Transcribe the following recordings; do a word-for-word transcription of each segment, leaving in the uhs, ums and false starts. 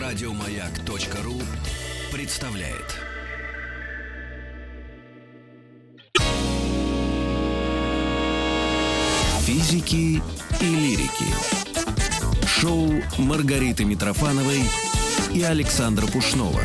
Радиомаяк.ру представляет. Физики и лирики. Шоу Маргариты Митрофановой и Александра Пушнова.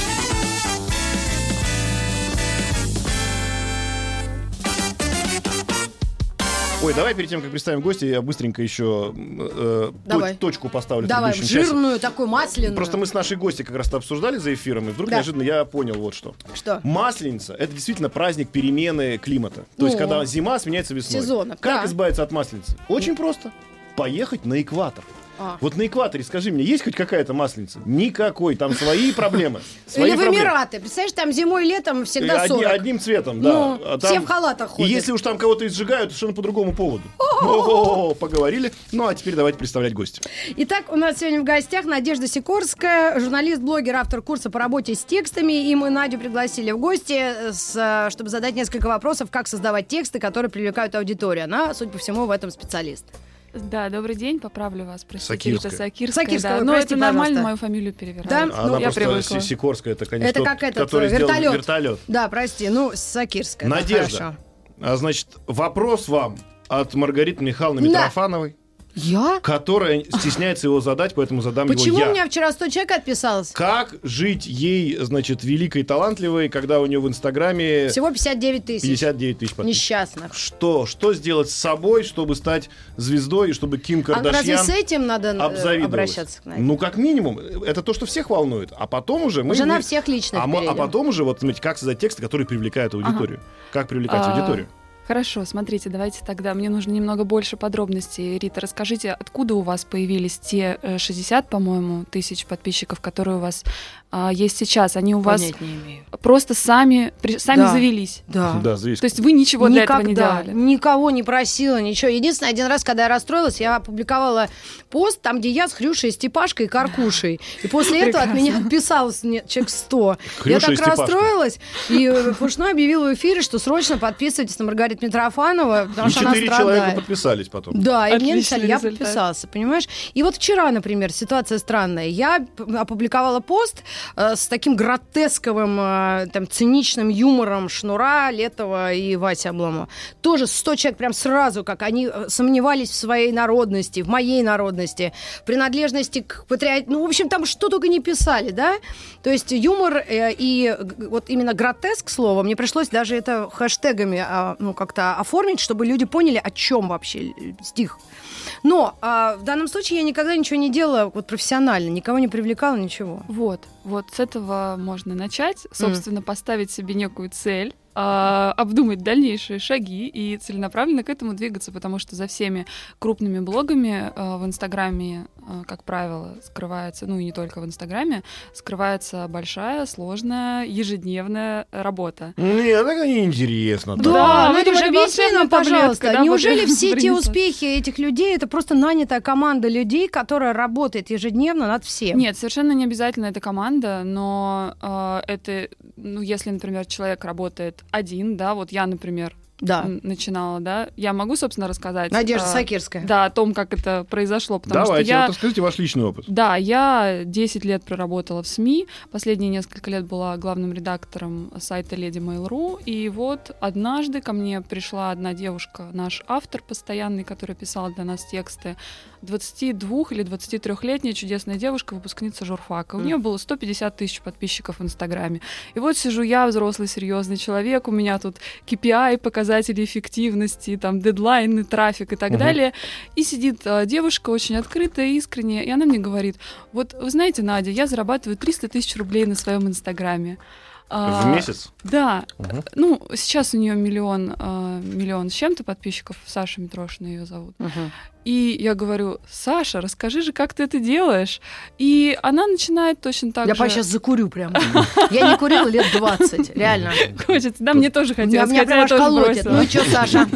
Ой, давай перед тем, как представим гостя, я быстренько еще э, точ- точку поставлю. Давай, в предыдущем жирную, часе. такую масляную. Просто мы с нашей гостью как раз это обсуждали за эфиром, и вдруг Да. неожиданно я понял вот что. Что? Масленица — это действительно праздник перемены климата. То есть, Ну, когда зима сменяется весной. сезонов, Как да. избавиться от масленицы? Очень просто. Поехать на экватор. А. Вот на экваторе, скажи мне, есть хоть какая-то масленица? Никакой. Там свои проблемы. Свои Или в проблемы. Эмираты. Представляешь, там зимой и летом всегда Одни- сорок. одним цветом, да. Ну, А все в халатах И ходят. если уж там кого-то изжигают, то совершенно по другому поводу. О-о-о, поговорили. Ну, а теперь давайте представлять гостя. Итак, у нас сегодня в гостях Надежда Сикорская, журналист-блогер, автор курса по работе с текстами. И мы Надю пригласили в гости, с, чтобы задать несколько вопросов, как создавать тексты, которые привлекают аудиторию. Она, судя по всему, в этом специалист. Да, добрый день, поправлю вас. Простите, Сакирская. это Сакирская. Сакирская, да. вы Но простите, это нормально, пожалуйста. мою фамилию перевирают. Да? А Ну, она я просто привыкла. Си- Сикорская, это, конечно, Это тот, как этот, который сделал вертолет. вертолет. Да, прости, ну, Сакирская. да, Надежда, хорошо. а значит, вопрос вам от Маргариты Михайловны Да. Митрофановой, Я? которая стесняется его задать, поэтому задам Почему его у я. меня вчера сто человек отписалось? Как жить ей, значит, великой, талантливой, когда у нее в Инстаграме Всего пятьдесят девять тысяч. пятьдесят девять тысяч подписчиков? Несчастных. Что? Что сделать с собой, чтобы стать звездой, и чтобы Ким А разве Кардашьян с этим надо э, обзавидовалась? обращаться к Наде? Ну, как минимум. Это то, что всех волнует. А потом уже мы... Уже на мы- всех лично а, мы- а перейдем. потом уже, вот, смотрите, как создать тексты, которые привлекают аудиторию. Как привлекать А, аудиторию? Хорошо, смотрите, давайте тогда, мне нужно немного больше подробностей. Рита, расскажите, откуда у вас появились те э, шестьдесят, по-моему, тысяч подписчиков, которые у вас а, есть сейчас? Они у вас Понять не имею. просто сами, при- сами Да. завелись? Да. Да, зависит. То есть вы ничего для этого не Никогда. делали? Никого не просила, ничего. Единственное, один раз, когда я расстроилась, я опубликовала пост, там, где я с Хрюшей, Степашкой и Каркушей. И после этого от меня отписалось не- человек сто. Хрюша Я и так Степашка. расстроилась, и э, Пушной объявил в эфире, что срочно подписывайтесь на Маргариту Митрофанову, потому И что она четыре человека страдает. подписались потом. Да, и мне Отличный написали, я результат. подписался, понимаешь? И вот вчера, например, ситуация странная. Я п- опубликовала пост э, с таким гротесковым, э, там, циничным юмором Шнура, Летова и Васи Обломова. Тоже сто человек прям сразу, как они э, сомневались в своей народности, в моей народности, в принадлежности к патриотизму. Ну, в общем, там что только не писали, да? То есть юмор э, и г- вот именно гротеск слово, мне пришлось даже это хэштегами а, ну, как-то оформить, чтобы люди поняли, о чем вообще стих. Но а, в данном случае я никогда ничего не делала вот, профессионально, никого не привлекала, ничего. Вот, вот с этого можно начать, собственно, поставить себе некую цель, а, обдумать дальнейшие шаги и целенаправленно к этому двигаться, потому что за всеми крупными блогами а, в Инстаграме, а, как правило, скрывается, ну и не только в Инстаграме, скрывается большая, сложная, ежедневная работа. Нет, так неинтересно. Да, Да, ну мы это же думали, объясни нам, волшебная таблетка, пожалуйста, да, неужели вот все те принесла. успехи этих людей это просто нанятая команда людей, которая работает ежедневно над всем? Нет, совершенно не обязательно это команда, но э, это, ну, если, например, человек работает один, да, вот я, например, Да. н- начинала, да, я могу, собственно, рассказать. Надежда э, Сакирская. Да, о том, как это произошло, потому Давайте, что я... вот расскажите ваш личный опыт. Да, я десять лет проработала в СМИ, последние несколько лет была главным редактором сайта Леди Mail.ru, и вот однажды ко мне пришла одна девушка, наш автор постоянный, который писал для нас тексты, двадцати двух или двадцатитрёхлетняя чудесная девушка, выпускница журфака. У нее было сто пятьдесят тысяч подписчиков в Инстаграме. И вот сижу я, взрослый, серьезный человек, у меня тут кей пи ай, показатели эффективности, там, дедлайны, трафик и так Мгм. далее. И сидит а, девушка очень открытая, искренняя, и она мне говорит: вот, вы знаете, Надя, я зарабатываю триста тысяч рублей на своем Инстаграме. А, В месяц? Да. Мгм. Ну, сейчас у нее миллион, а, миллион с чем-то подписчиков. Саша Митрошина ее зовут. Мгм. И я говорю: Саша, расскажи же, как ты это делаешь. И она начинает точно так Я же... по сейчас закурю прямо. Я не курила лет двадцать, реально. Хочется. Да, мне тоже хотелось, Меня хотя прям я аж тоже колотит. бросила. Ну что, Саша?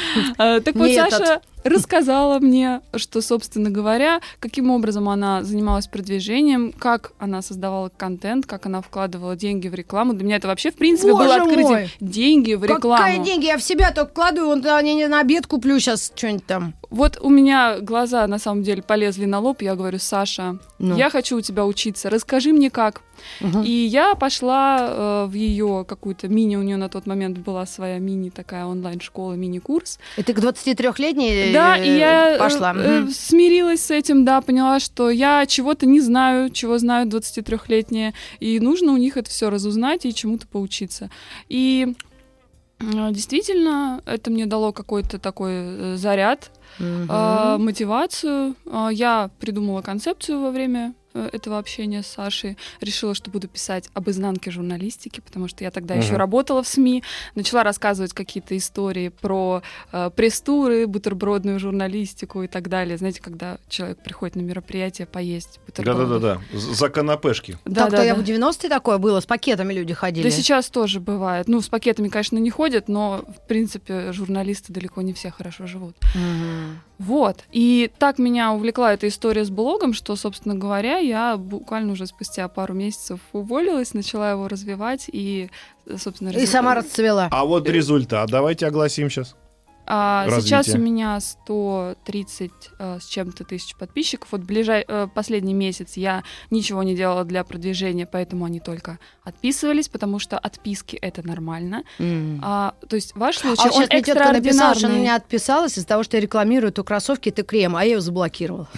А, Так вот, Не Саша этот. рассказала мне, что, собственно говоря, каким образом она занималась продвижением, как она создавала контент, как она вкладывала деньги в рекламу. Для меня это вообще, в принципе, Боже было открытие. мой! Деньги в рекламу. Какая деньги? Я в себя только вкладываю, вон, я не на обед куплю сейчас что-нибудь там. Вот у меня глаза, на самом деле, полезли на лоб. Я говорю: Саша, ну. я хочу у тебя учиться. Расскажи мне, как. Угу. И я пошла э, в ее какую-то мини, у нее на тот момент была своя мини такая онлайн-школа, мини-курс. И ты к двадцатитрёхлетней да, и я пошла? Э, э, смирилась с этим, да, поняла, что я чего-то не знаю, чего знают двадцатитрёхлетние, и нужно у них это все разузнать и чему-то поучиться. И э, действительно, это мне дало какой-то такой э, заряд, угу. э, мотивацию. Э, я придумала концепцию во время этого общения с Сашей, решила, что буду писать об изнанке журналистики, потому что я тогда uh-huh. еще работала в СМИ, начала рассказывать какие-то истории про э, пресс-туры, бутербродную журналистику и так далее. Знаете, когда человек приходит на мероприятие поесть бутерброды. Да-да-да, за канапешки. Да, да, да. В девяностые такое было, с пакетами люди ходили. Да сейчас тоже бывает. Ну, с пакетами, конечно, не ходят, но, в принципе, журналисты далеко не все хорошо живут. Uh-huh. Вот. И так меня увлекла эта история с блогом, что, собственно говоря, я буквально уже спустя пару месяцев уволилась, начала его развивать и, собственно... И развив... сама расцвела. А вот результат. Давайте огласим сейчас. А, сейчас у меня сто тридцать а, с чем-то тысяч подписчиков. Вот ближай... а, последний месяц я ничего не делала для продвижения, поэтому они только отписывались, потому что отписки — это нормально. Mm. А, то есть ваш случай, а он экстраординарный. Написала, что она меня отписалась из-за того, что я рекламирую то кроссовки, то крем, а я ее заблокировала.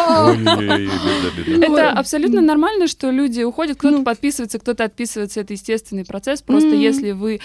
Это абсолютно нормально, что люди уходят, кто-то подписывается, кто-то отписывается. Это естественный процесс. Просто если вы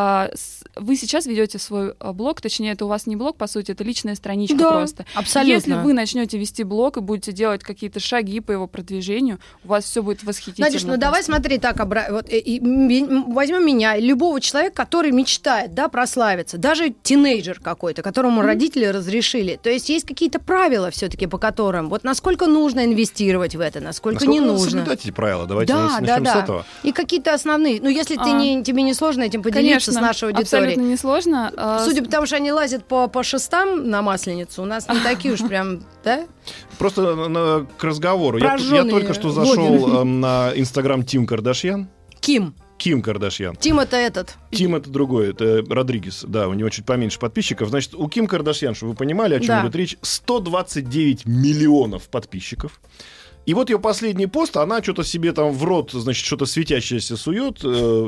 вы сейчас ведете свой блог, точнее, это у вас не блог, по сути, это личная страничка да, просто. Абсолютно. Если вы начнете вести блог и будете делать какие-то шаги по его продвижению, у вас все будет восхитительно. Надюш, ну давай смотри так, обра... вот, и, и, возьмем меня, любого человека, который мечтает, да, прославиться, даже тинейджер какой-то, которому mm-hmm. родители разрешили. То есть есть какие-то правила все-таки, по которым, вот насколько нужно инвестировать в это, насколько, насколько не нужно. Соблюдать эти правила, давайте да, начнем да, да. с этого. И какие-то основные, ну если а, ты не, тебе не сложно этим поделиться конечно, с нашей аудиторией. Абсолютно не сложно. Судя по тому, что они лазят по, по шестам на Масленицу, у нас не такие уж прям, да? Просто на, к разговору. Я, я только что зашел э, на Инстаграм Тим Кардашьян. Ким. Ким Кардашьян. Тим это этот. Тим это другой, это Родригес. Да, у него чуть поменьше подписчиков. Значит, у Ким Кардашьян, чтобы вы понимали, о чем да. идет речь, сто двадцать девять миллионов подписчиков. И вот ее последний пост, она что-то себе там в рот, значит, что-то светящееся сует, э,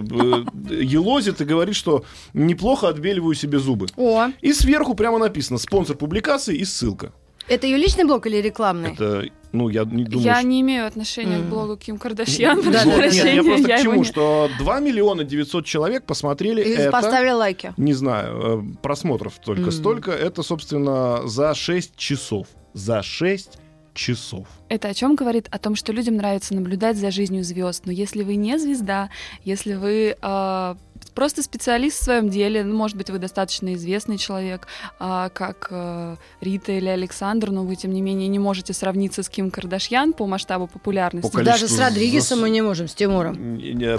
э, елозит и говорит, что неплохо отбеливаю себе зубы. О. И сверху прямо написано «Спонсор публикации» и ссылка. Это ее личный блог или рекламный? Это, ну, я не думаю... Я что... не имею отношения mm. к блогу Ким Кардашьян. Вот, нет, я просто я к чему, не... что два миллиона девятьсот человек посмотрели и это... поставили лайки. Не знаю, просмотров только mm. столько. Это, собственно, за шесть часов. За шесть часов. Это о чем говорит? О том, что людям нравится наблюдать за жизнью звезд. Но если вы не звезда, если вы э, просто специалист в своем деле, ну, может быть, вы достаточно известный человек, э, как э, Рита или Александр, но вы, тем не менее, не можете сравниться с Ким Кардашьян по масштабу популярности. По Даже с Родригесом за... мы не можем, с Тимуром.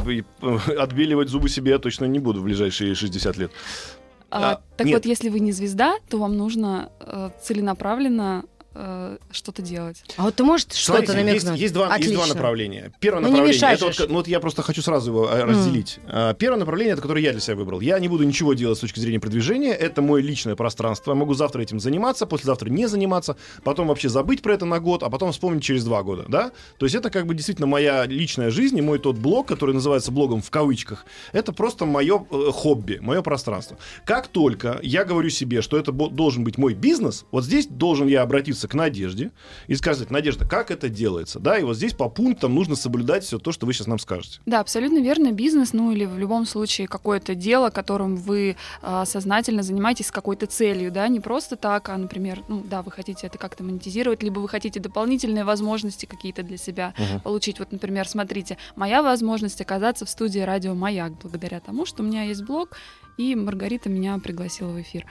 Отбеливать зубы себе я точно не буду в ближайшие шестьдесят лет. А, а, так нет. Вот, если вы не звезда, то вам нужно э, целенаправленно что-то делать. А вот ты можешь что-то намекнуть? Есть, есть, два, есть два направления. Первое ну, направление, это вот, ну вот я просто хочу сразу его mm. разделить. Первое направление, это которое я для себя выбрал. Я не буду ничего делать с точки зрения продвижения. Это мое личное пространство. Я могу завтра этим заниматься, послезавтра не заниматься, потом вообще забыть про это на год, а потом вспомнить через два года. Да? То есть это как бы действительно моя личная жизнь и мой тот блог, который называется блогом в кавычках. Это просто мое э, хобби, мое пространство. Как только я говорю себе, что это бо- должен быть мой бизнес, вот здесь должен я обратиться к Надежде и сказать: Надежда, как это делается? Да, и вот здесь по пунктам нужно соблюдать все то, что вы сейчас нам скажете. Да, абсолютно верно. Бизнес, ну или в любом случае какое-то дело, которым вы а, сознательно занимаетесь с какой-то целью, да, не просто так, а, например, ну да, вы хотите это как-то монетизировать, либо вы хотите дополнительные возможности какие-то для себя uh-huh. получить. Вот, например, смотрите, моя возможность оказаться в студии радио «Маяк» благодаря тому, что у меня есть блог, и Маргарита меня пригласила в эфир.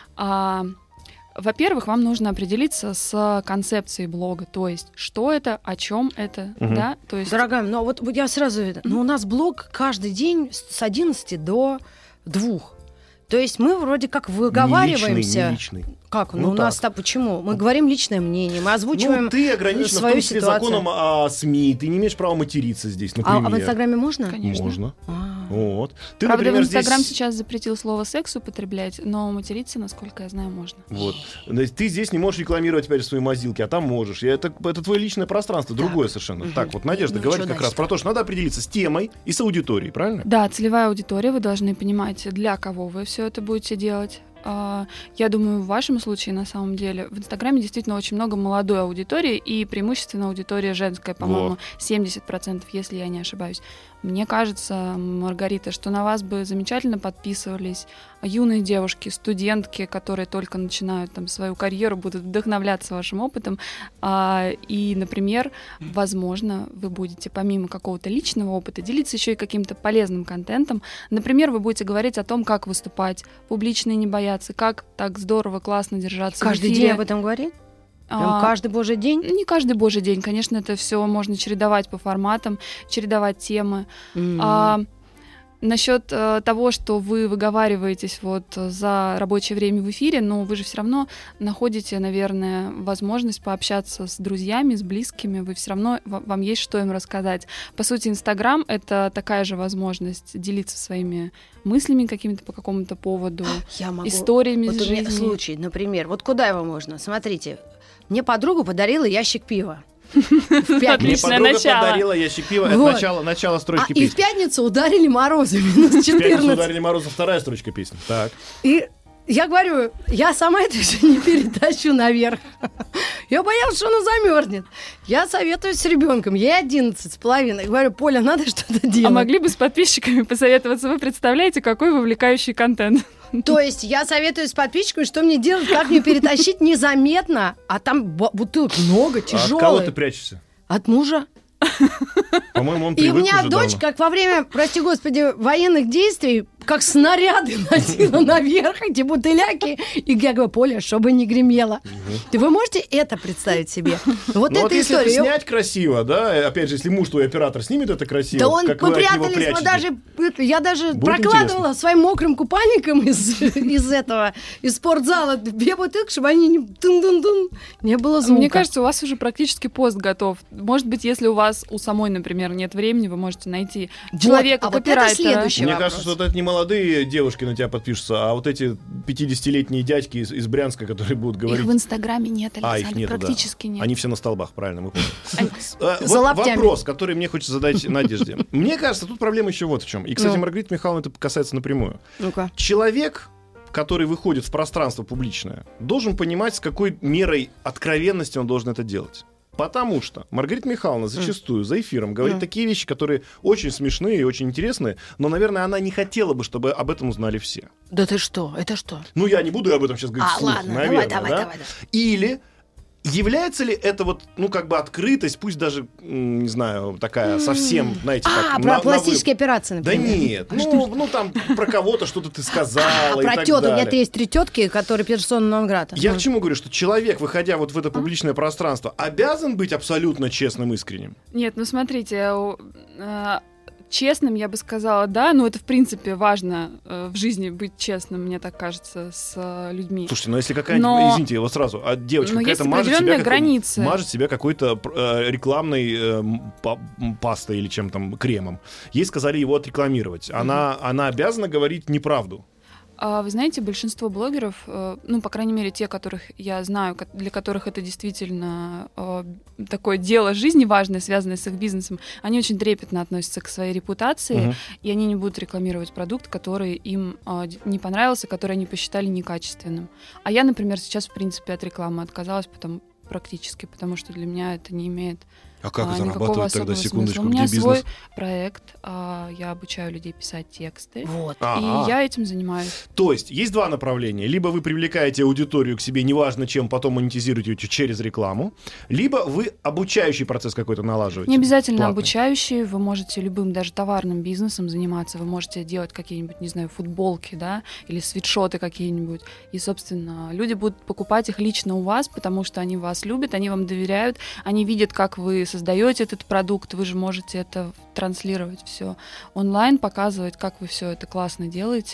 А, Во-первых, вам нужно определиться с концепцией блога, то есть что это, о чем это, угу. да, то есть. Дорогая, ну вот, вот я сразу, ну у нас блог каждый день с одиннадцати до двух. То есть мы вроде как выговариваемся. Не личный, не личный. Как? Ну, ну у нас-то почему? Мы говорим личное мнение, мы озвучиваем ну, ты ограничена свою в том числе ситуацию. законом о СМИ, ты не имеешь права материться здесь, например. А, а в Инстаграме можно? Конечно. Можно. А-а-а. Вот. Ты, Правда, например, в Инстаграм здесь... сейчас запретил слово «секс» употреблять, но материться, насколько я знаю, можно. Вот. Ты здесь не можешь рекламировать, опять же, свои мазилки, а там можешь. И это, это твое личное пространство, другое совершенно. Угу. Так, вот Надежда ну, говорит как раз про то, что надо определиться с темой и с аудиторией, правильно? Да, целевая аудитория, вы должны понимать, для кого вы все это будете делать. Я думаю, в вашем случае, на самом деле, в Инстаграме действительно очень много молодой аудитории, и преимущественно аудитория женская, по-моему, семьдесят процентов, если я не ошибаюсь. Мне кажется, Маргарита, что на вас бы замечательно подписывались юные девушки, студентки, которые только начинают там свою карьеру, будут вдохновляться вашим опытом. И, например, возможно, вы будете помимо какого-то личного опыта делиться еще и каким-то полезным контентом. Например, вы будете говорить о том, как выступать, публично и не бояться, как так здорово, классно держаться. Каждый день об этом говорить? Прям каждый божий день? Не каждый божий день, конечно, это все можно чередовать по форматам, чередовать темы. Mm-hmm. А, насчет а, того, что вы выговариваетесь вот за рабочее время в эфире, но вы же все равно находите, наверное, возможность пообщаться с друзьями, с близкими, вы все равно, вам есть что им рассказать. По сути, Инстаграм — это такая же возможность делиться своими мыслями какими-то по какому-то поводу, Я могу... историями вот из жизни. У меня случай, например, вот куда его можно? Смотрите, мне подруга подарила ящик пива. В пятницу. Мне подруга подарила ящик пива. Это начало, начало строчки песни. И в пятницу ударили морозы, минус четырнадцать. В пятницу ударили морозы, вторая строчка песни. Так. И я говорю, я сама это все не перетащу наверх. Я боялась, что она замерзнет. Я советуюсь с ребенком, ей одиннадцать с половиной. Говорю, Поля, надо что-то делать. А могли бы с подписчиками посоветоваться? Вы представляете, какой вовлекающий контент? То есть я советую с подписчиками, что мне делать, как мне перетащить незаметно, а там бутылок много, тяжелых. А от кого ты прячешься? От мужа. По-моему, он И у меня уже дочь, давно. как во время, прости господи, военных действий, как снаряды носила наверх эти бутыляки. И я говорю, Поля, чтобы не гремело. Угу. Вы можете это представить себе? Вот ну, эта вот история. Если это снять красиво, да, опять же, если муж твой оператор снимет это красиво, да он, как мы вы прятались, мы даже, я даже Будет прокладывала интересно. своим мокрым купальником из, из этого, из спортзала две бутылки, чтобы они не, тун-тун-тун, не было звука. Мне кажется, у вас уже практически пост готов. Может быть, если у вас, у самой, например, нет времени, вы можете найти человека, вот, а копирайтера. Вот это следующий Мне вопрос. кажется, что это не молодые девушки на тебя подпишутся, а вот эти пятидесятилетние дядьки из, из Брянска, которые будут говорить... Их в Инстаграме нет, Александр, а, их нет, практически да. нет. Они все на столбах, правильно, мы За Вот лаптями. вопрос, который мне хочется задать Надежде. Мне кажется, тут проблема еще вот в чем. И, кстати, Ну. Маргарита Михайловна это касается напрямую. Ну-ка. Человек, который выходит в пространство публичное, должен понимать, с какой мерой откровенности он должен это делать. Потому что Маргарита Михайловна зачастую за эфиром говорит Mm. такие вещи, которые очень смешные и очень интересные, но, наверное, она не хотела бы, чтобы об этом узнали все. Да ты что? Это что? Ну, я не буду об этом сейчас говорить А, вслух, ладно, наверное, давай, давай, да? давай, давай. Или является ли это вот, ну, как бы открытость, пусть даже, м, не знаю, такая совсем, знаете, А, так, про на- на пластические вы- операции, Да например. нет, ну, ну, там про кого-то что-то ты сказала А, и про так тету. У далее. меня есть три тетки, которые персона нон-грата. Я к чему говорю, что человек, выходя вот в это публичное пространство, обязан быть абсолютно честным, искренним? Нет, ну смотрите, у- э, честным я бы сказала, да, но это в принципе важно э, в жизни быть честным, мне так кажется, с э, людьми. Слушайте, ну если какая-нибудь, Но- извините, вот сразу, а девочка Но какая-то есть мажет себя, определенные как- границы. мажет себя какой-то э, рекламной э, м, па- м, пастой или чем там, кремом. Ей сказали его отрекламировать. Она, она обязана говорить неправду. А вы знаете, большинство блогеров, э, ну, по крайней мере, те, которых я знаю, ко- для которых это действительно э, такое дело жизни важное, связанное с их бизнесом, они очень трепетно относятся к своей репутации, Мгм. и они не будут рекламировать продукт, который им э, д- не понравился, который они посчитали некачественным. А я, например, сейчас, в принципе, от рекламы отказалась, потому, практически, потому что для меня это не имеет А как а, зарабатывать никакого тогда, особого секундочку, смысла. У меня где свой бизнес? проект, а, я обучаю людей писать тексты, Вот. Ага. и я этим занимаюсь. То есть есть два направления. Либо вы привлекаете аудиторию к себе, неважно чем, потом монетизируете ее через рекламу, либо вы обучающий процесс какой-то налаживаете. Не обязательно платный. обучающие, вы можете любым даже товарным бизнесом заниматься, вы можете делать какие-нибудь, не знаю, футболки, да, или свитшоты какие-нибудь, и, собственно, люди будут покупать их лично у вас, потому что они вас любят, они вам доверяют, они видят, как вы создаете этот продукт, вы же можете это транслировать все онлайн, показывать, как вы все это классно делаете,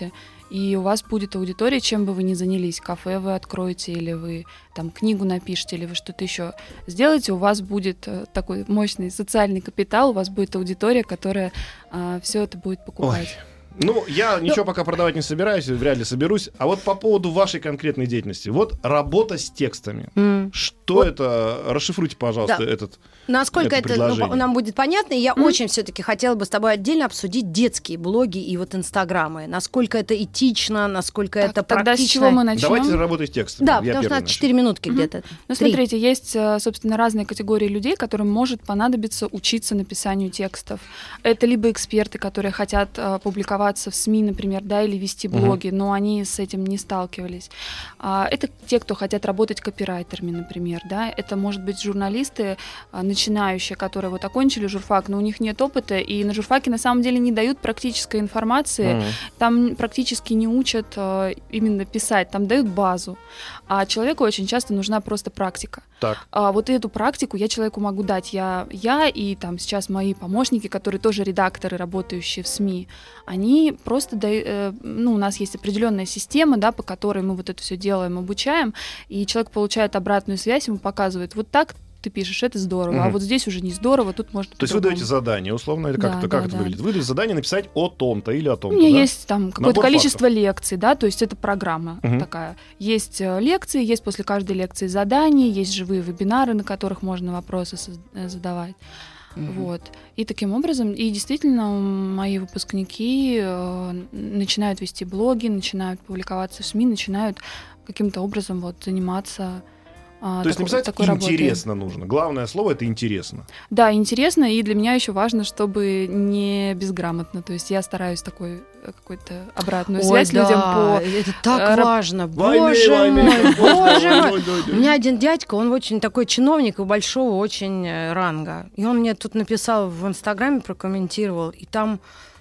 и у вас будет аудитория, чем бы вы ни занялись. Кафе вы откроете, или вы там книгу напишете, или вы что-то еще сделаете, у вас будет такой мощный социальный капитал, у вас будет аудитория, которая а, все это будет покупать. Ой. Ну, я ничего пока продавать не собираюсь, вряд ли соберусь. А вот по поводу вашей конкретной деятельности. Вот работа с текстами. Mm. Что вот. это? Расшифруйте, пожалуйста, да. этот Насколько это, это ну, нам будет понятно. Я mm. очень все-таки хотела бы с тобой отдельно обсудить детские блоги и вот инстаграмы. Насколько это этично, насколько так, это тогда практично. С чего мы начнем? Давайте работать с текстами. Да, я потому что у нас четыре минутки mm-hmm. где-то. Ну, смотрите, есть, собственно, разные категории людей, которым может понадобиться учиться написанию текстов. Это либо эксперты, которые хотят uh, публиковаться в СМИ, например, да, или вести блоги, uh-huh. но они с этим не сталкивались. А, это те, кто хотят работать копирайтерами, например, да, это, может быть, журналисты а, начинающие, которые вот окончили журфак, но у них нет опыта, и на журфаке на самом деле не дают практической информации, uh-huh. там практически не учат а, именно писать, там дают базу, а человеку очень часто нужна просто практика. Так. А, вот эту практику я человеку могу дать. Я, я и там сейчас мои помощники, которые тоже редакторы, работающие в СМИ, они просто, да, э, ну, у нас есть определенная система, да, по которой мы вот это все делаем, обучаем, и человек получает обратную связь, ему показывает, вот так ты пишешь, это здорово, mm-hmm. а вот здесь уже не здорово, тут можно... То есть вы даете задание, условно, или как, да, это, как да, это да. выглядит? Вы даете задание написать о том-то или о том-то, У меня да? есть там какое-то Набор количество фактов. лекций, да, то есть это программа mm-hmm. такая. Есть лекции, есть после каждой лекции задания, есть живые вебинары, на которых можно вопросы задавать. Mm-hmm. Вот. И таким образом, и действительно, мои выпускники э, начинают вести блоги, начинают публиковаться в СМИ, начинают каким-то образом вот заниматься... То есть написать интересно работой. Нужно. Главное слово — это интересно. Да, интересно, и для меня еще важно, чтобы не безграмотно. То есть я стараюсь такой какую-то обратную Ой, связь да, людям по... это так Р... важно. Боже войны, мой, войны, боже мой. У меня один дядька, он очень такой чиновник и большого очень ранга. И он мне тут написал в Инстаграме, прокомментировал, и там...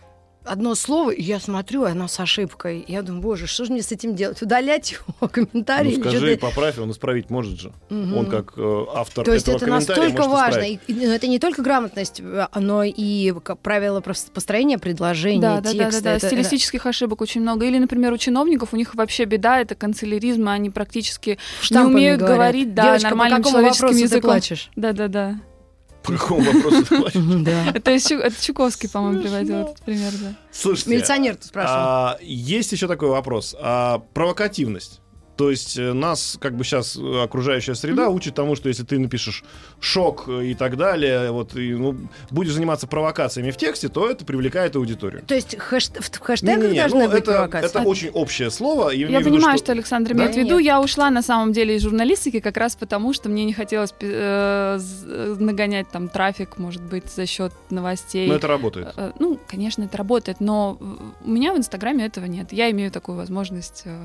одно слово, и я смотрю, и оно с ошибкой. Я думаю, боже, что же мне с этим делать? Удалять его комментарии? Ну, скажи, поправь, он исправить может же. Угу. Он как э, автор То есть этого это комментария настолько может важно. И, и, это не только грамотность, но и правила построения предложения, да, текста. Да, да, да, да. Это, стилистических это... ошибок очень много. Или, например, у чиновников, у них вообще беда, это канцеляризм, они практически Штампами не умеют говорят. говорить да, Девочка, нормальным по человеческим языком. Ты плачешь? Да, да, да. По какому вопросу ты плачешь? Это Чуковский, по-моему, приводил этот пример. Слушайте, милиционер спрашивал. Есть еще такой вопрос. Провокативность. То есть нас как бы сейчас окружающая среда mm-hmm. учит тому, что если ты напишешь шок и так далее, вот, и, ну, будешь заниматься провокациями в тексте, то это привлекает аудиторию. То есть хэш... в хэштегах не, не, должны ну, быть это, провокации? Это очень общее слово. Я, я понимаю, что... что Александр имеет да? в виду. Нет. Я ушла на самом деле из журналистики как раз потому, что мне не хотелось э, нагонять там трафик, может быть, за счет новостей. Но это работает. Э, ну, конечно, это работает, но у меня в Инстаграме этого нет. Я имею такую возможность... Э,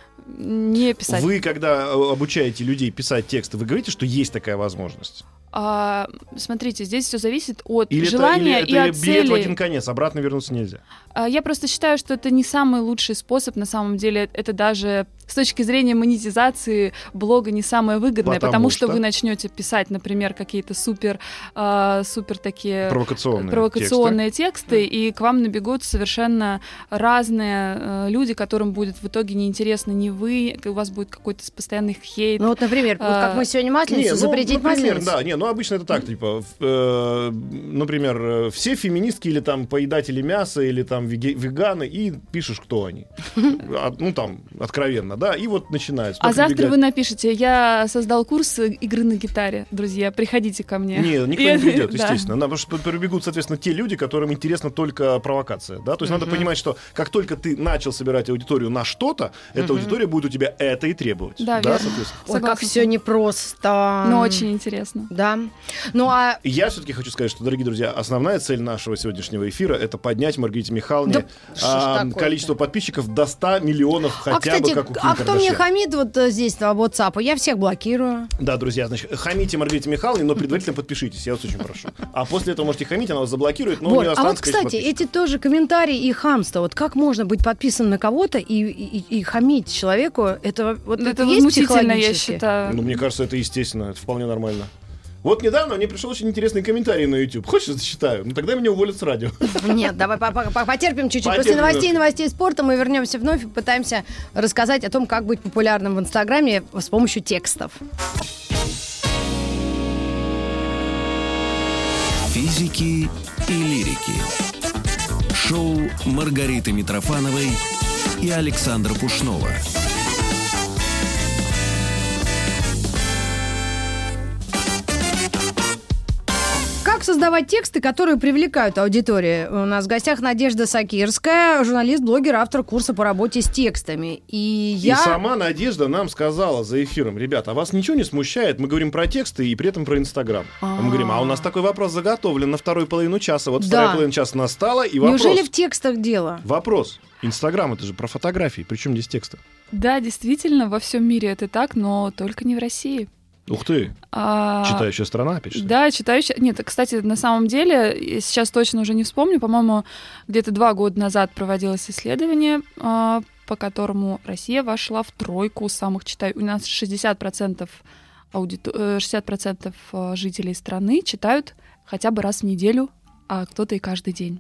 не писать. Вы, когда обучаете людей писать тексты, вы говорите, что есть такая возможность? А, смотрите, здесь все зависит от или желания это, или и это от билет цели. в один конец, обратно вернуться нельзя. А, я просто считаю, что это не самый лучший способ, на самом деле. Это даже с точки зрения монетизации блога не самое выгодное, потому, потому что... что вы начнете писать, например, какие-то супер, э, супер такие провокационные, провокационные тексты, тексты mm. и к вам набегут совершенно разные э, люди, которым будет в итоге неинтересно ни вы, у вас будет какой-то постоянный хейт. Ну вот, например, а, вот как мы сегодня масленицу, не, запретить ну, например, масленицу. Да, не, ну обычно это так, типа, э, например, все феминистки или там поедатели мяса, или там веганы, и пишешь, кто они. Ну там, откровенно. Да, и вот начинается. А завтра прибегать... вы напишете: я создал курс игры на гитаре, друзья, приходите ко мне. Не, никто не придет, естественно. Потому что прибегут, соответственно, те люди, которым интересна только провокация. Да? То есть надо понимать, что как только ты начал собирать аудиторию на что-то, эта аудитория будет у тебя это и требовать. Да, да, Ой, как все непросто. Но очень интересно. Да. Ну, а... Я все-таки хочу сказать, что, дорогие друзья, основная цель нашего сегодняшнего эфира — это поднять Маргарите Михайловне да, а, количество подписчиков до ста миллионов хотя а, кстати, бы, как у Ким А кто мне хамит вот здесь на WhatsApp? Я всех блокирую. Да, друзья, значит, хамите Маргарите Михайловне, но предварительно подпишитесь, я вас очень прошу. А после этого можете хамить, она вас заблокирует, но вот. у нее останется. А вот, кстати, эти тоже комментарии и хамство. Вот как можно быть подписан на кого-то и, и, и хамить человеку? Это, вот, это, это возмутительно, я считаю. Ну, мне кажется, это естественно, это вполне нормально. Вот недавно мне пришел очень интересный комментарий на YouTube. Хочешь, зачитаю? Ну тогда меня уволят с радио. Нет, давай потерпим чуть-чуть. После новостей и новостей спорта мы вернемся вновь и пытаемся рассказать о том, как быть популярным в Инстаграме с помощью текстов. Физики и лирики. Шоу Маргариты Митрофановой и Александра Пушнова. Как создавать тексты, которые привлекают аудиторию? У нас в гостях Надежда Сакирская, журналист, блогер, автор курса по работе с текстами. И, я... и сама Надежда нам сказала за эфиром: ребята, а вас ничего не смущает? Мы говорим про тексты и при этом про Инстаграм. А мы говорим, а у нас такой вопрос заготовлен на вторую половину часа. Вот вторая да. половина часа настала, и вопрос... Неужели в текстах дело? Вопрос. Инстаграм — это же про фотографии, причем здесь тексты? Да, действительно, во всем мире это так, но только не в России. Ух ты! А... Читающая страна, опять же. Да, читающая... Нет, кстати, на самом деле, сейчас точно уже не вспомню, по-моему, где-то два года назад проводилось исследование, по которому Россия вошла в тройку самых читающих. У нас шестьдесят процентов, аудитор... шестьдесят процентов жителей страны читают хотя бы раз в неделю, а кто-то и каждый день.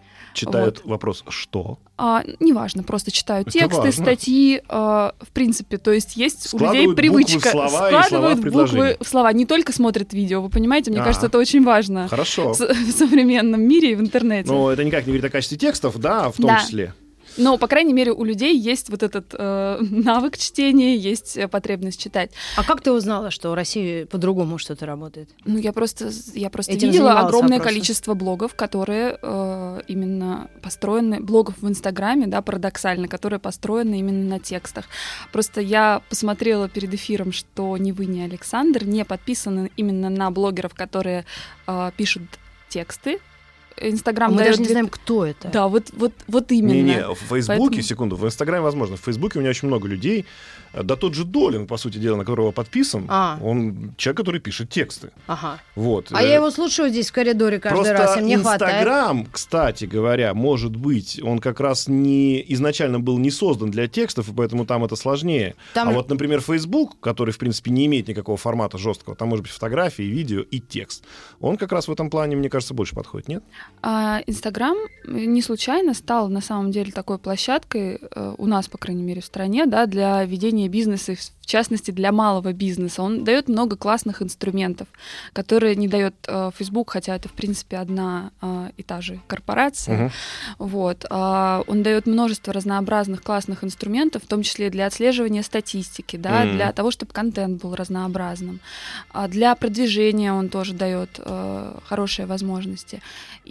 Читают вот. Вопрос «что?». А, неважно, просто читают это тексты, важно. Статьи, а, в принципе, то есть есть у людей привычка. Буквы в слова, складывают и слова в буквы в слова, не только смотрят видео, вы понимаете, мне А-а. кажется, это очень важно. Хорошо. В, в современном мире и в интернете. Но это никак не говорит о качестве текстов, да, в том да. числе. Но, по крайней мере, у людей есть вот этот э, навык чтения, есть потребность читать. А как ты узнала, что в России по-другому что-то работает? Ну, я просто, я просто Этим видела огромное вопросом. количество блогов, которые э, именно построены, блогов в Инстаграме, да, парадоксально, которые построены именно на текстах. Просто я посмотрела перед эфиром, что ни вы, ни Александр не подписаны именно на блогеров, которые э, пишут тексты. Инстаграм Мы дает... даже не знаем, кто это. Да, вот, вот, вот именно. Не-не, в Фейсбуке, Поэтому... секунду, в Инстаграме возможно. В Фейсбуке у меня очень много людей. Да тот же Долин, по сути дела, на которого подписан, а. он человек, который пишет тексты. Ага. Вот. А я его слушаю здесь в коридоре каждый Просто раз, и мне Инстаграм, хватает. Инстаграм, кстати говоря, может быть, он как раз не изначально был не создан для текстов, и поэтому там это сложнее. Там... А вот, например, Фейсбук, который, в принципе, не имеет никакого формата жесткого, там может быть фотографии, видео и текст. Он как раз в этом плане, мне кажется, больше подходит, нет? А, Инстаграм не случайно стал, на самом деле, такой площадкой, э, у нас, по крайней мере, в стране, да, для ведения бизнеса, в частности, для малого бизнеса. Он дает много классных инструментов, которые не дает э, Facebook, хотя это, в принципе, одна э, и та же корпорация. Uh-huh. Вот. А, он дает множество разнообразных классных инструментов, в том числе для отслеживания статистики, да, uh-huh. для того, чтобы контент был разнообразным. А для продвижения он тоже дает э, хорошие возможности.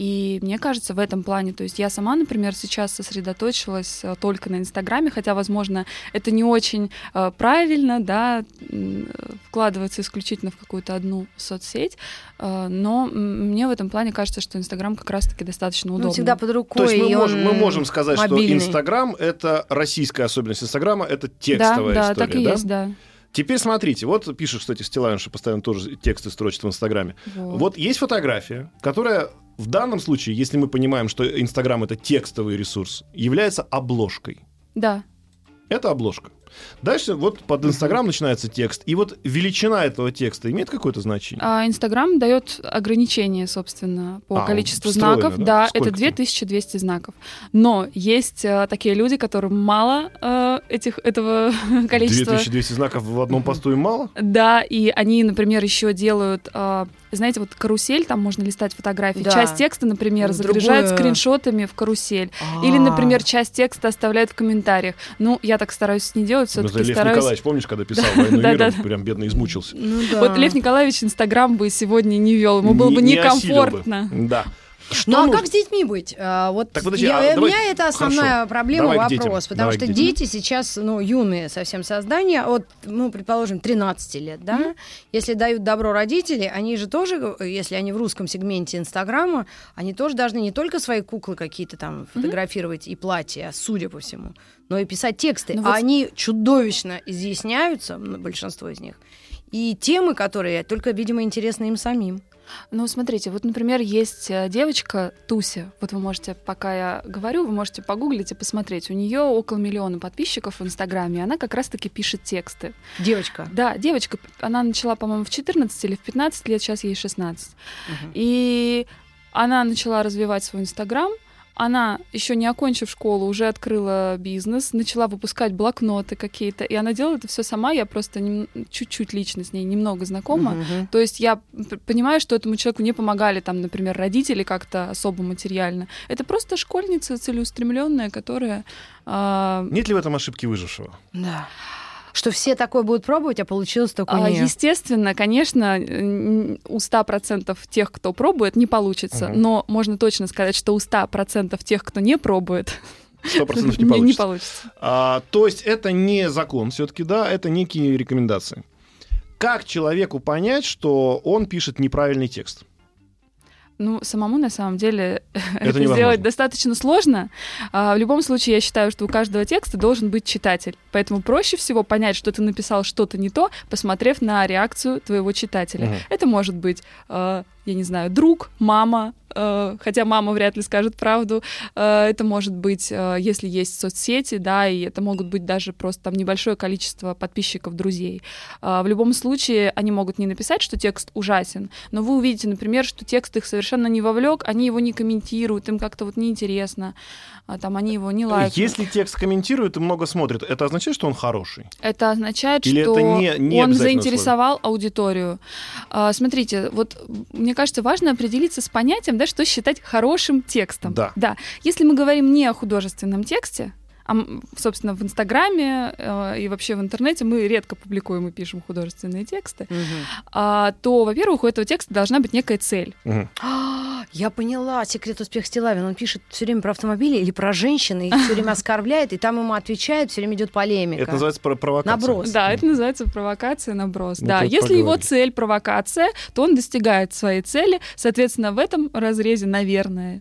И мне кажется, в этом плане, то есть я сама, например, сейчас сосредоточилась э, только на Инстаграме, хотя, возможно, это не очень э, правильно, да, вкладываться исключительно в какую-то одну соцсеть, но мне в этом плане кажется, что Инстаграм как раз-таки достаточно удобный. Ну, всегда под рукой. То есть мы, можем, мы можем сказать, мобильный. Что Инстаграм — это российская особенность Инстаграма, это текстовая да, история, да? Так и да? есть, да. Теперь смотрите, вот пишет, кстати, Стилавинша постоянно тоже тексты строчит в Инстаграме. Вот. вот есть фотография, которая в данном случае, если мы понимаем, что Инстаграм — это текстовый ресурс, является обложкой. Да. Это обложка. Дальше вот под Инстаграм начинается текст, и вот величина этого текста имеет какое-то значение? А Инстаграм дает ограничение, собственно, по а, количеству знаков. Да, да это две тысячи двести знаков. Но есть а, такие люди, которым мало а, этих, этого количества. две тысячи двести знаков в одном посту им мало? Да, и они, например, еще делают... А, знаете, вот карусель, там можно листать фотографии. Да. Часть текста, например, загружают Другое... скриншотами в карусель. А-а-а. Или, например, часть текста оставляют в комментариях. Ну, я так стараюсь не делать, все-таки Лев стараюсь... Николаевич, помнишь, когда писал «Войну и мир», он прям бедно измучился. Ну, да. Вот Лев Николаевич Инстаграм бы сегодня не вел, ему было бы некомфортно. Да. Что ну а нужно? Как с детьми быть? А, вот так, подожди, я, а, у давай, меня это основная хорошо. проблема, давай вопрос, потому давай что дети сейчас, ну, юные совсем создания, от, ну, предположим, тринадцати лет, да, mm-hmm. если дают добро родители, они же тоже, если они в русском сегменте Инстаграма, они тоже должны не только свои куклы какие-то там фотографировать mm-hmm. и платья, судя по всему, но и писать тексты, ну, а вот... они чудовищно изъясняются, большинство из них, и темы, которые только, видимо, интересны им самим. Ну, смотрите, вот, например, есть девочка Туся. Вот вы можете, пока я говорю, вы можете погуглить и посмотреть. У нее около миллиона подписчиков в Инстаграме. Она как раз-таки пишет тексты. Девочка? Да, девочка. Она начала, по-моему, в четырнадцать или в пятнадцать лет, сейчас ей шестнадцать. Угу. И она начала развивать свой Инстаграм. Она, еще не окончив школу, уже открыла бизнес, начала выпускать блокноты какие-то, и она делала это все сама, я просто не, чуть-чуть лично с ней немного знакома. Uh-huh. То есть я понимаю, что этому человеку не помогали, там, например, родители как-то особо материально. Это просто школьница целеустремленная, которая... Э... Нет ли в этом ошибки выжившего? Да. Что все такое будут пробовать, а получилось только у нее. Естественно, конечно, у ста процентов тех, кто пробует, не получится. Угу. Но можно точно сказать, что у ста процентов тех, кто не пробует, сто процентов не получится. Не получится. А, то есть это не закон все-таки, да, это некие рекомендации. Как человеку понять, что он пишет неправильный текст? Ну, самому, на самом деле, это, это сделать достаточно сложно. А, в любом случае, я считаю, что у каждого текста должен быть читатель. Поэтому проще всего понять, что ты написал что-то не то, посмотрев на реакцию твоего читателя. Угу. Это может быть, э, я не знаю, друг, мама, э, хотя мама вряд ли скажет правду. Э, это может быть, э, если есть соцсети, да, и это могут быть даже просто там небольшое количество подписчиков, друзей. Э, в любом случае, они могут не написать, что текст ужасен, но вы увидите, например, что текст их совершенно не вовлек, они его не комментируют, им как-то вот неинтересно, а там они его не лайкают. Если текст комментируют и много смотрят, это означает, что он хороший? Это означает, Или что это не, не он заинтересовал условие? Аудиторию. А, смотрите, вот мне кажется, важно определиться с понятием, да, что считать хорошим текстом. Да. Да. Если мы говорим не о художественном тексте, а, собственно, в Инстаграме э, и вообще в интернете мы редко публикуем и пишем художественные тексты, угу. а, то, во-первых, у этого текста должна быть некая цель. Угу. Я поняла секрет успеха Стилавин. Он пишет все время про автомобили или про женщин, и все время оскорбляет, и там ему отвечает, все время идет полемика. Это называется провокация. Наброс. Да, это называется провокация, наброс. Вот да, если его цель провокация, то он достигает своей цели. Соответственно, в этом разрезе, наверное,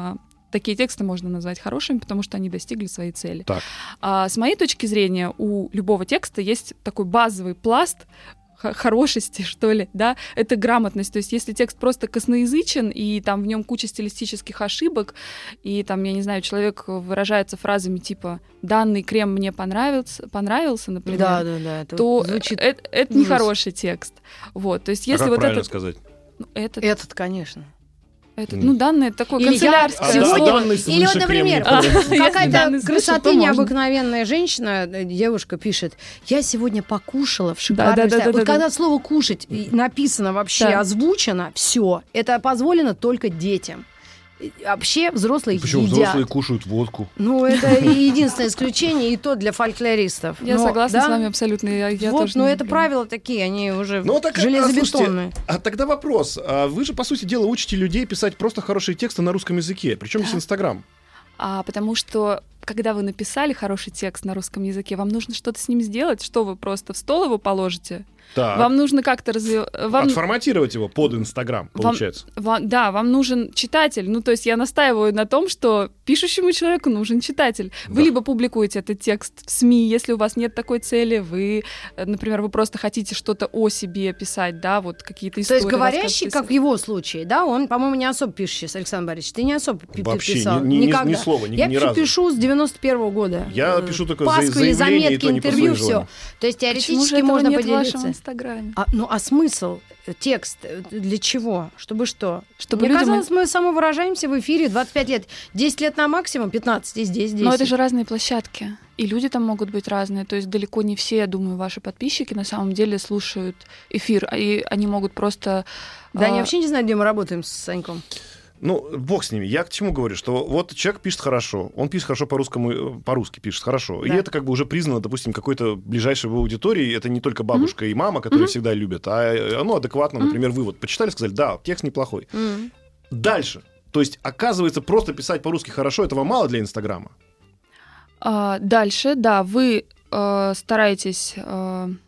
такие тексты можно назвать хорошими, потому что они достигли своей цели. Так. А, с моей точки зрения, у любого текста есть такой базовый пласт хорошести, что ли, да, это грамотность. То есть если текст просто косноязычен, и там в нем куча стилистических ошибок, и там, я не знаю, человек выражается фразами типа «данный крем мне понравился», понравился, например, да, да, да, это то звучит это, это не хороший текст. Вот, то есть если а как вот правильно этот, сказать? Этот, этот, конечно. Это, ну, данные такое или канцелярское я... слово. А, да, или вот, например, а, какая-то красоты необыкновенная женщина, девушка пишет, я сегодня покушала в шикарном да, да, да, Вот да, когда да. слово «кушать» написано вообще, да. озвучено, все, это позволено только детям. Вообще взрослые Почему едят. взрослые кушают водку? Ну, это единственное исключение, и то для фольклористов. Я но, согласна да? с вами абсолютно. Я, я вот, тоже но не это люблю. правила такие, они уже ну, так, железобетонные. А, слушайте, а тогда вопрос. А вы же, по сути дела, учите людей писать просто хорошие тексты на русском языке. Причем здесь Инстаграм? А, потому что когда вы написали хороший текст на русском языке, вам нужно что-то с ним сделать. Что вы просто в стол его положите? Так. Вам нужно как-то развивать... Вам... Отформатировать его под Инстаграм, получается. Вам... Вам... Да, вам нужен читатель. Ну, то есть я настаиваю на том, что пишущему человеку нужен читатель. Вы да. либо публикуете этот текст в СМИ, если у вас нет такой цели, вы, например, вы просто хотите что-то о себе писать, да, вот какие-то истории. То есть говорящий, как в его случае, да, он, по-моему, не особо пишет сейчас, Александр Борисович, ты не особо Вообще, писал. Ни, ни, Никогда. ни слова, ни, я ни разу. пишу с девяносто первого года. Я пишу только Пасквили, заявление, заметки, и то не интервью, все. То есть теоретически можно нет поделиться. В вашем Инстаграме? А, ну, а смысл, текст, для чего? Чтобы что? Чтобы Мне людям... казалось, мы самовыражаемся в эфире двадцать пять лет. десять лет на максимум, пятнадцать, и здесь, десять. Но это же разные площадки. И люди там могут быть разные. То есть далеко не все, я думаю, ваши подписчики на самом деле слушают эфир. И они могут просто... Да, а... они вообще не знают, где мы работаем с Саньком. Ну, бог с ними. Я к чему говорю, что вот человек пишет хорошо, он пишет хорошо по-русскому, по-русски пишет хорошо. Да. И это как бы уже признано, допустим, какой-то ближайшей в аудитории. Это не только бабушка mm-hmm. и мама, которые mm-hmm. всегда любят, а оно адекватно, например, mm-hmm. вывод. Почитали, сказали, да, текст неплохой. Mm-hmm. Дальше. То есть, оказывается, просто писать по-русски хорошо, этого мало для Инстаграма. А, дальше, да, вы э, стараетесь... Э...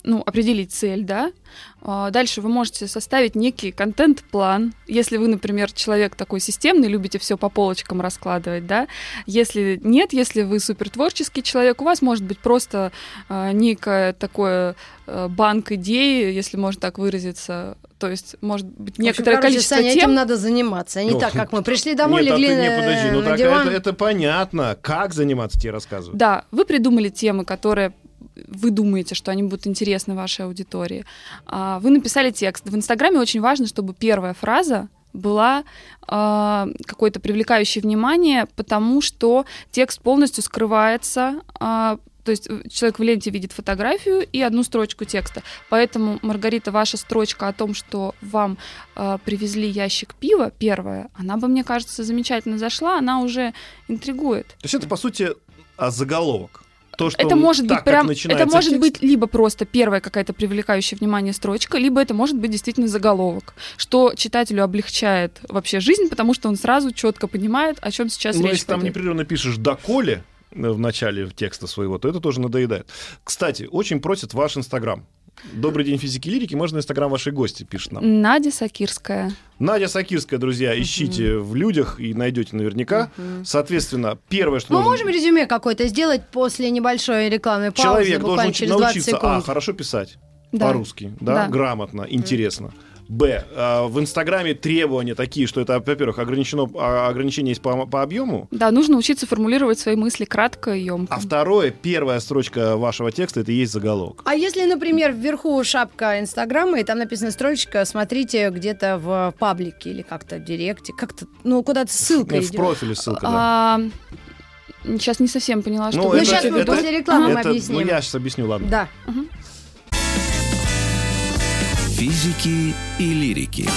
ну, определить цель, да. Дальше вы можете составить некий контент-план. Если вы, например, человек такой системный, любите все по полочкам раскладывать, да. Если нет, если вы супертворческий человек, у вас может быть просто э, некое такое э, банк идей, если можно так выразиться. То есть, может быть, некоторое общем, количество короче, Саня, тем... этим надо заниматься, а не ну, так, как мы пришли домой, нет, легли а ты, не, подожди, ну, на так, диван. Это, это понятно. Как заниматься, тебе рассказывают. Да, вы придумали темы, которые вы думаете, что они будут интересны вашей аудитории. Вы написали текст. В Инстаграме очень важно, чтобы первая фраза была э, какой-то привлекающей внимание, потому что текст полностью скрывается. Э, то есть человек в ленте видит фотографию и одну строчку текста. Поэтому, Маргарита, ваша строчка о том, что вам э, привезли ящик пива, первая, она бы, мне кажется, замечательно зашла, она уже интригует. То есть это, по сути, заголовок. То, что это может так, быть прям, это может текст... быть либо просто первая какая-то привлекающая внимание строчка, либо это может быть действительно заголовок, что читателю облегчает вообще жизнь, потому что он сразу четко понимает, о чем сейчас ну, речь. Если там непрерывно пишешь «доколе» в начале текста своего, то это тоже надоедает. Кстати, очень просят ваш Инстаграм. Добрый день, физики лирики. Можно Инстаграм вашей гости, пишет нам. Надя Сакирская. Надя Сакирская, друзья, ищите uh-huh. в людях и найдете наверняка. Uh-huh. Соответственно, первое, что... Мы нужно... можем резюме какое-то сделать после небольшой рекламной паузы, Человек буквально должен через двадцать научиться, секунд. а, хорошо писать да. по-русски, да, да. грамотно, интересно. Б. В Инстаграме требования такие, что это, во-первых, ограничено, ограничение есть по, по объему. Да, нужно учиться формулировать свои мысли кратко и емко. А второе, первая строчка вашего текста, это и есть заголовок. А если, например, вверху шапка Инстаграма, и там написана строчка, смотрите где-то в паблике или как-то в директе, как-то, ну, куда-то ссылка ну, идет. В профиле ссылка, да. А, сейчас не совсем поняла, что... Ну, вы это, сейчас это, мы после рекламы это, мы объясним. Ну, я сейчас объясню, ладно. Да. Угу. Физики и лирики.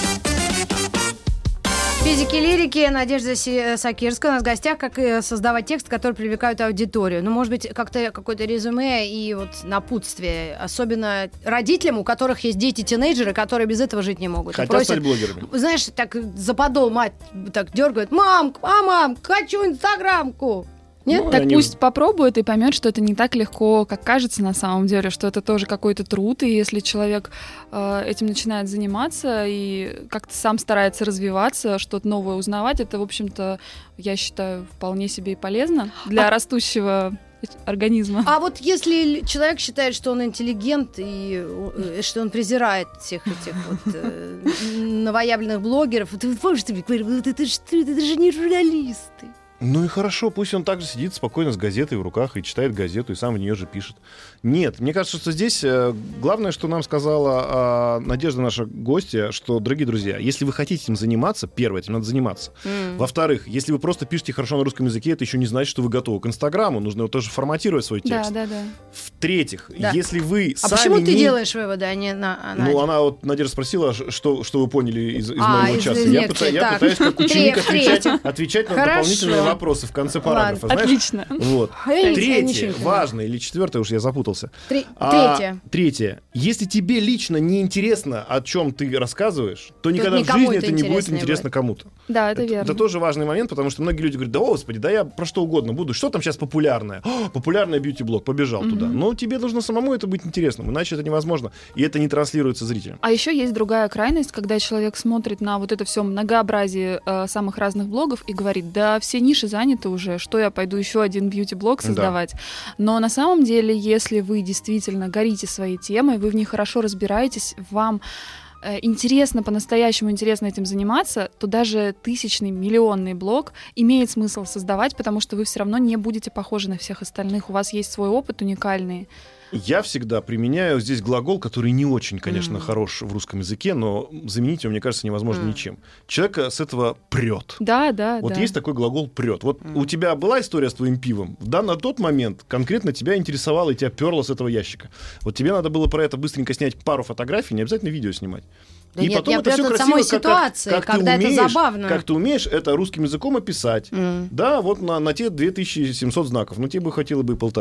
Физики и лирики, Надежда Сакирская у нас в гостях, как и создавать текст, который привлекает аудиторию. Ну, может быть, как-то какое-то резюме и вот напутствие, особенно родителям, у которых есть дети-тинейджеры, которые без этого жить не могут. Хотят просят, стать блогерами. Знаешь, так за подол мать так дергает: мам, а мам, хочу инстаграмку. Нет? Ну, так они... пусть попробует и поймет, что это не так легко, как кажется на самом деле, что это тоже какой-то труд, и если человек э, этим начинает заниматься и как-то сам старается развиваться, что-то новое узнавать, это, в общем-то, я считаю, вполне себе и полезно для а... растущего организма. А вот если человек считает, что он интеллигент и что он презирает всех этих вот э, новоявленных блогеров, ты можешь тебе говорить, это же не журналисты. Ну и хорошо, пусть он также сидит спокойно с газетой в руках и читает газету, и сам в нее же пишет. Нет, мне кажется, что здесь э, главное, что нам сказала э, Надежда, наша гостья, что, дорогие друзья, если вы хотите этим заниматься, первое, этим надо заниматься. Mm. Во-вторых, если вы просто пишете хорошо на русском языке, это еще не значит, что вы готовы к Инстаграму. Нужно тоже форматировать свой текст. Да, да, да. В-третьих, да. если вы а сами почему не... ты делаешь выводы, а не на... Ну, она вот, Надежда спросила, что, что вы поняли из, из а, моего из часа. из я, пытаюсь, я пытаюсь как ученик отвечать, отвечать на Хорошо. дополнительные вопросы в конце параграфа. Знаешь? Отлично. Вот. Третье, важно, или четвертое, уж я запутался. Три... А, Третье. Третье. Если тебе лично не интересно, о чем ты рассказываешь, то никогда в жизни это не будет интересно будет. кому-то. Да, это, это верно. Это тоже важный момент, потому что многие люди говорят: да, господи, да я про что угодно буду. Что там сейчас популярное? О, популярный бьюти-блог, побежал mm-hmm. туда. Но тебе должно самому это быть интересным, иначе это невозможно. И это не транслируется зрителям. А еще есть другая крайность, когда человек смотрит на вот это все многообразие э, самых разных блогов и говорит: да, все ниши заняты уже, что я пойду еще один бьюти-блог создавать. Да. Но на самом деле, если вы действительно горите своей темой, вы в ней хорошо разбираетесь, вам э, интересно, по-настоящему интересно этим заниматься, то даже тысячный, миллионный блог имеет смысл создавать, потому что вы все равно не будете похожи на всех остальных. У вас есть свой опыт уникальный. Я всегда применяю здесь глагол, который не очень, конечно, mm. хорош в русском языке, но заменить его, мне кажется, невозможно mm. ничем. Человека с этого прет. Да, да, Вот да. есть такой глагол «прет». Вот mm. у тебя была история с твоим пивом, да, на тот момент конкретно тебя интересовало и тебя перло с этого ящика. Вот тебе надо было про это быстренько снять пару фотографий, не обязательно видео снимать. Да и нет, потом я это все красиво, самой как, ситуации, как, как когда ты умеешь, это забавно. Как ты умеешь это русским языком описать. Mm. Да, вот на, на те две тысячи семьсот знаков, но тебе бы хватило бы и полторы.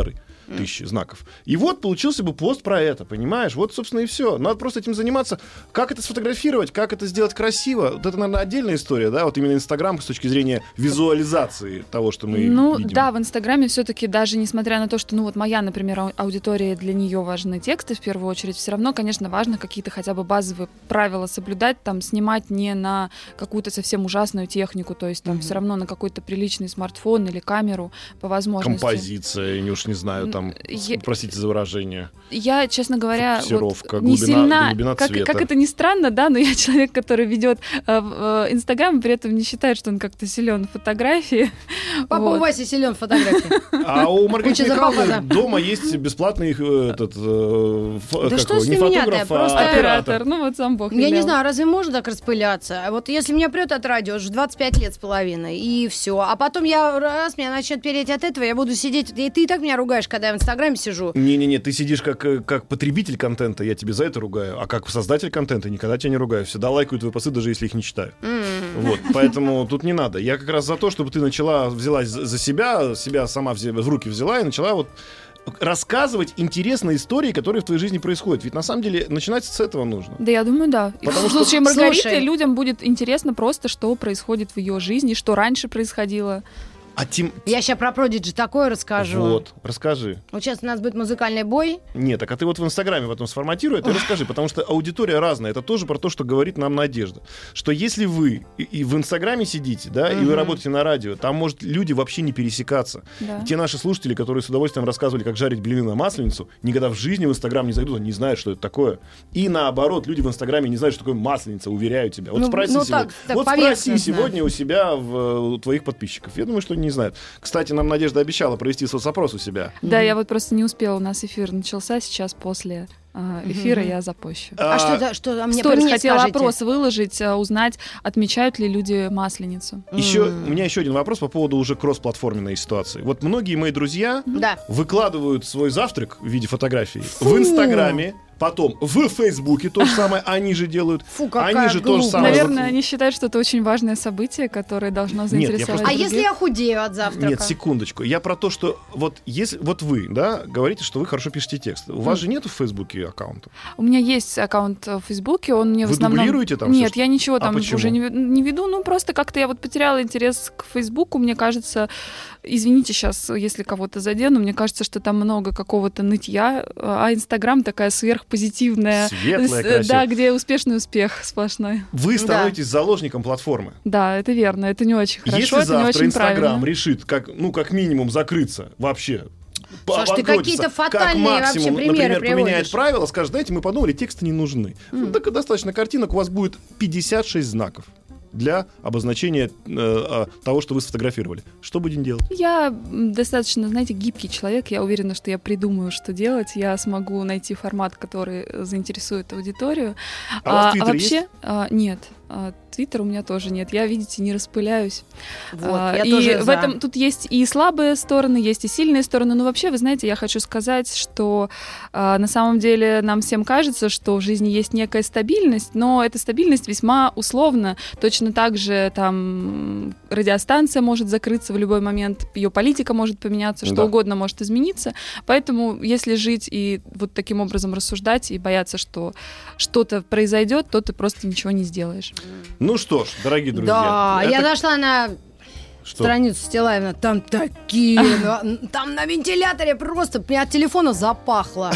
тысячи знаков. И вот получился бы пост про это, понимаешь? Вот, собственно, и все. Надо просто этим заниматься. Как это сфотографировать, как это сделать красиво? Вот это, наверное, отдельная история, да? Вот именно Инстаграм с точки зрения визуализации того, что мы ну, видим. Ну, да, в Инстаграме все-таки даже несмотря на то, что, ну, вот моя, например, аудитория, для нее важны тексты в первую очередь, все равно, конечно, важно какие-то хотя бы базовые правила соблюдать, там, снимать не на какую-то совсем ужасную технику, то есть там mm-hmm. все равно на какой-то приличный смартфон или камеру по возможности. Композиция, я уж не знаю, там, я... простите за выражение. Я, честно говоря, вот не глубина, сильна, глубина как, как это ни странно, да, но я человек, который ведет Инстаграм, э, э, при этом не считает, что он как-то силен в фотографии. Папа вот. У Васи силен в фотографии. А у Маргариты Михайловны дома есть бесплатный этот, э, да что его, с не фотограф, просто а оператор. Ну вот сам Бог Я велел. не знаю, разве можно так распыляться? Вот если меня прет от радио, уже двадцать пять лет с половиной, и все. А потом я, раз меня начнет переть от этого, я буду сидеть... И ты и так меня ругаешь, когда я в Инстаграме сижу. Не-не-не, ты сидишь как, как потребитель контента, я тебе за это ругаю. А как создатель контента никогда тебя не ругаю. Всегда лайкаю твои посты, даже если их не читаю. Mm. Вот, поэтому тут не надо. Я как раз за то, чтобы ты начала, взялась за себя, себя сама в руки взяла и начала вот рассказывать интересные истории, которые в твоей жизни происходят. Ведь на самом деле начинать с этого нужно. Да, я думаю, да. Потому в случае Маргариты Слушай. людям будет интересно просто, что происходит в ее жизни, что раньше происходило. А тем... Я сейчас про Продиджи такое расскажу. Вот, расскажи. Вот сейчас у нас будет музыкальный бой. Нет, так а ты вот в Инстаграме потом сформатируй это и расскажи, потому что аудитория разная. Это тоже про то, что говорит нам Надежда. Что если вы и, и в Инстаграме сидите, да, uh-huh. и вы работаете на радио, там может люди вообще не пересекаться. Да. Те наши слушатели, которые с удовольствием рассказывали, как жарить блины на масленицу, никогда в жизни в Инстаграм не зайдут, они не знают, что это такое. И наоборот, люди в Инстаграме не знают, что такое масленица, уверяю тебя. Вот ну, спроси, ну, сегодня, так, так вот спроси сегодня у себя, в, у твоих подписчиков. Я думаю, что они не знают. Кстати, нам Надежда обещала провести соцопрос у себя. Да, mm-hmm. я вот просто не успела. У нас эфир начался сейчас после э, эфира, mm-hmm. я запущу. А, а что, что а мне, Сторис мне хотела скажите? Опрос выложить, узнать, отмечают ли люди Масленицу. Еще, mm-hmm. у меня еще один вопрос по поводу уже кросс-платформенной ситуации. Вот многие мои друзья mm-hmm. выкладывают свой завтрак в виде фотографий Фу. в Инстаграме. Потом в Фейсбуке то же самое они же делают. Фу, какая они же то же самое. Наверное, они считают, что это очень важное событие, которое должно заинтересовать. Нет, а если я худею от завтрака? Нет, секундочку. Я про то, что вот если вот вы, да, говорите, что вы хорошо пишете текст. У вас mm. же нет в Фейсбуке аккаунта? У меня есть аккаунт в Фейсбуке, он мне вы в основном... Вы дублируете там? Нет, все, я ничего там а уже не, не веду. Ну, просто как-то я вот потеряла интерес к Фейсбуку. Мне кажется, извините сейчас, если кого-то задену, мне кажется, что там много какого-то нытья, а Инстаграм такая сверхпозитивная. Светлая, красивая. Да, где успешный успех сплошной. Вы становитесь да. заложником платформы. Да, это верно, это не очень хорошо, Если это завтра не очень Инстаграм правильно. решит, как, ну, как минимум, закрыться вообще, Саш, ты какие-то фатальные как максимум, вообще примеры например, приводишь. поменяет правила, скажет, знаете, мы подумали, тексты не нужны. Mm. Ну, так достаточно картинок, у вас будет пятьдесят шесть знаков для обозначения э, того, что вы сфотографировали. Что будем делать? Я достаточно, знаете, гибкий человек. Я уверена, что я придумаю, что делать. Я смогу найти формат, который заинтересует аудиторию. А, а у вас Твиттер вообще, есть? А, нет. Твиттер у меня тоже нет. Я, видите, не распыляюсь. Вот, а, я и тоже в за. этом тут есть и слабые стороны, есть и сильные стороны. Но вообще, вы знаете, я хочу сказать, что а, на самом деле нам всем кажется, что в жизни есть некая стабильность, но эта стабильность весьма условна. Точно так же там радиостанция может закрыться в любой момент, ее политика может поменяться, что да. угодно может измениться. Поэтому, если жить и вот таким образом рассуждать и бояться, что что-то произойдет, то ты просто ничего не сделаешь. Ну что ж, дорогие друзья. Да, это... я зашла на что? страницу Стилавина, там такие, там на вентиляторе просто меня от телефона запахло.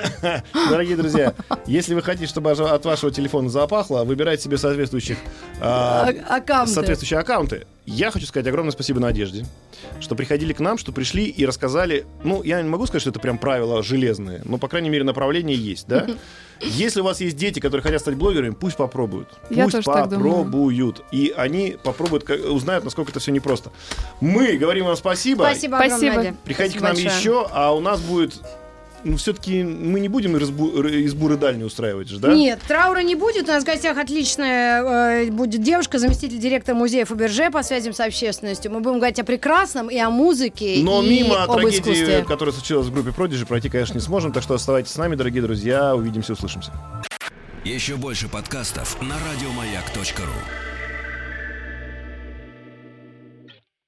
Дорогие друзья, если вы хотите, чтобы от вашего телефона запахло, выбирайте себе соответствующих, а, аккаунты. соответствующие аккаунты. Я хочу сказать огромное спасибо Надежде, что приходили к нам, что пришли и рассказали. Ну, я не могу сказать, что это прям правила железные, но, по крайней мере, направление есть, да? Если у вас есть дети, которые хотят стать блогерами, пусть попробуют. Я пусть тоже так попробуют. думаю. И они попробуют, узнают, насколько это все непросто. Мы говорим вам спасибо. Спасибо огромное, Спасибо. Надя. Приходите Спасибо к нам большое. еще, а у нас будет... Ну, все-таки мы не будем избу, избу рыдальни устраивать же, да? Нет, траура не будет. У нас в гостях отличная э, будет девушка, заместитель директора музея Фаберже по связям с общественностью. Мы будем говорить о прекрасном и о музыке, Но и мимо об трагедии, искусстве. которая случилась в группе Prodigy, пройти, конечно, не сможем. Так что оставайтесь с нами, дорогие друзья. Увидимся, услышимся. Еще больше подкастов на радиомаяк точка ру.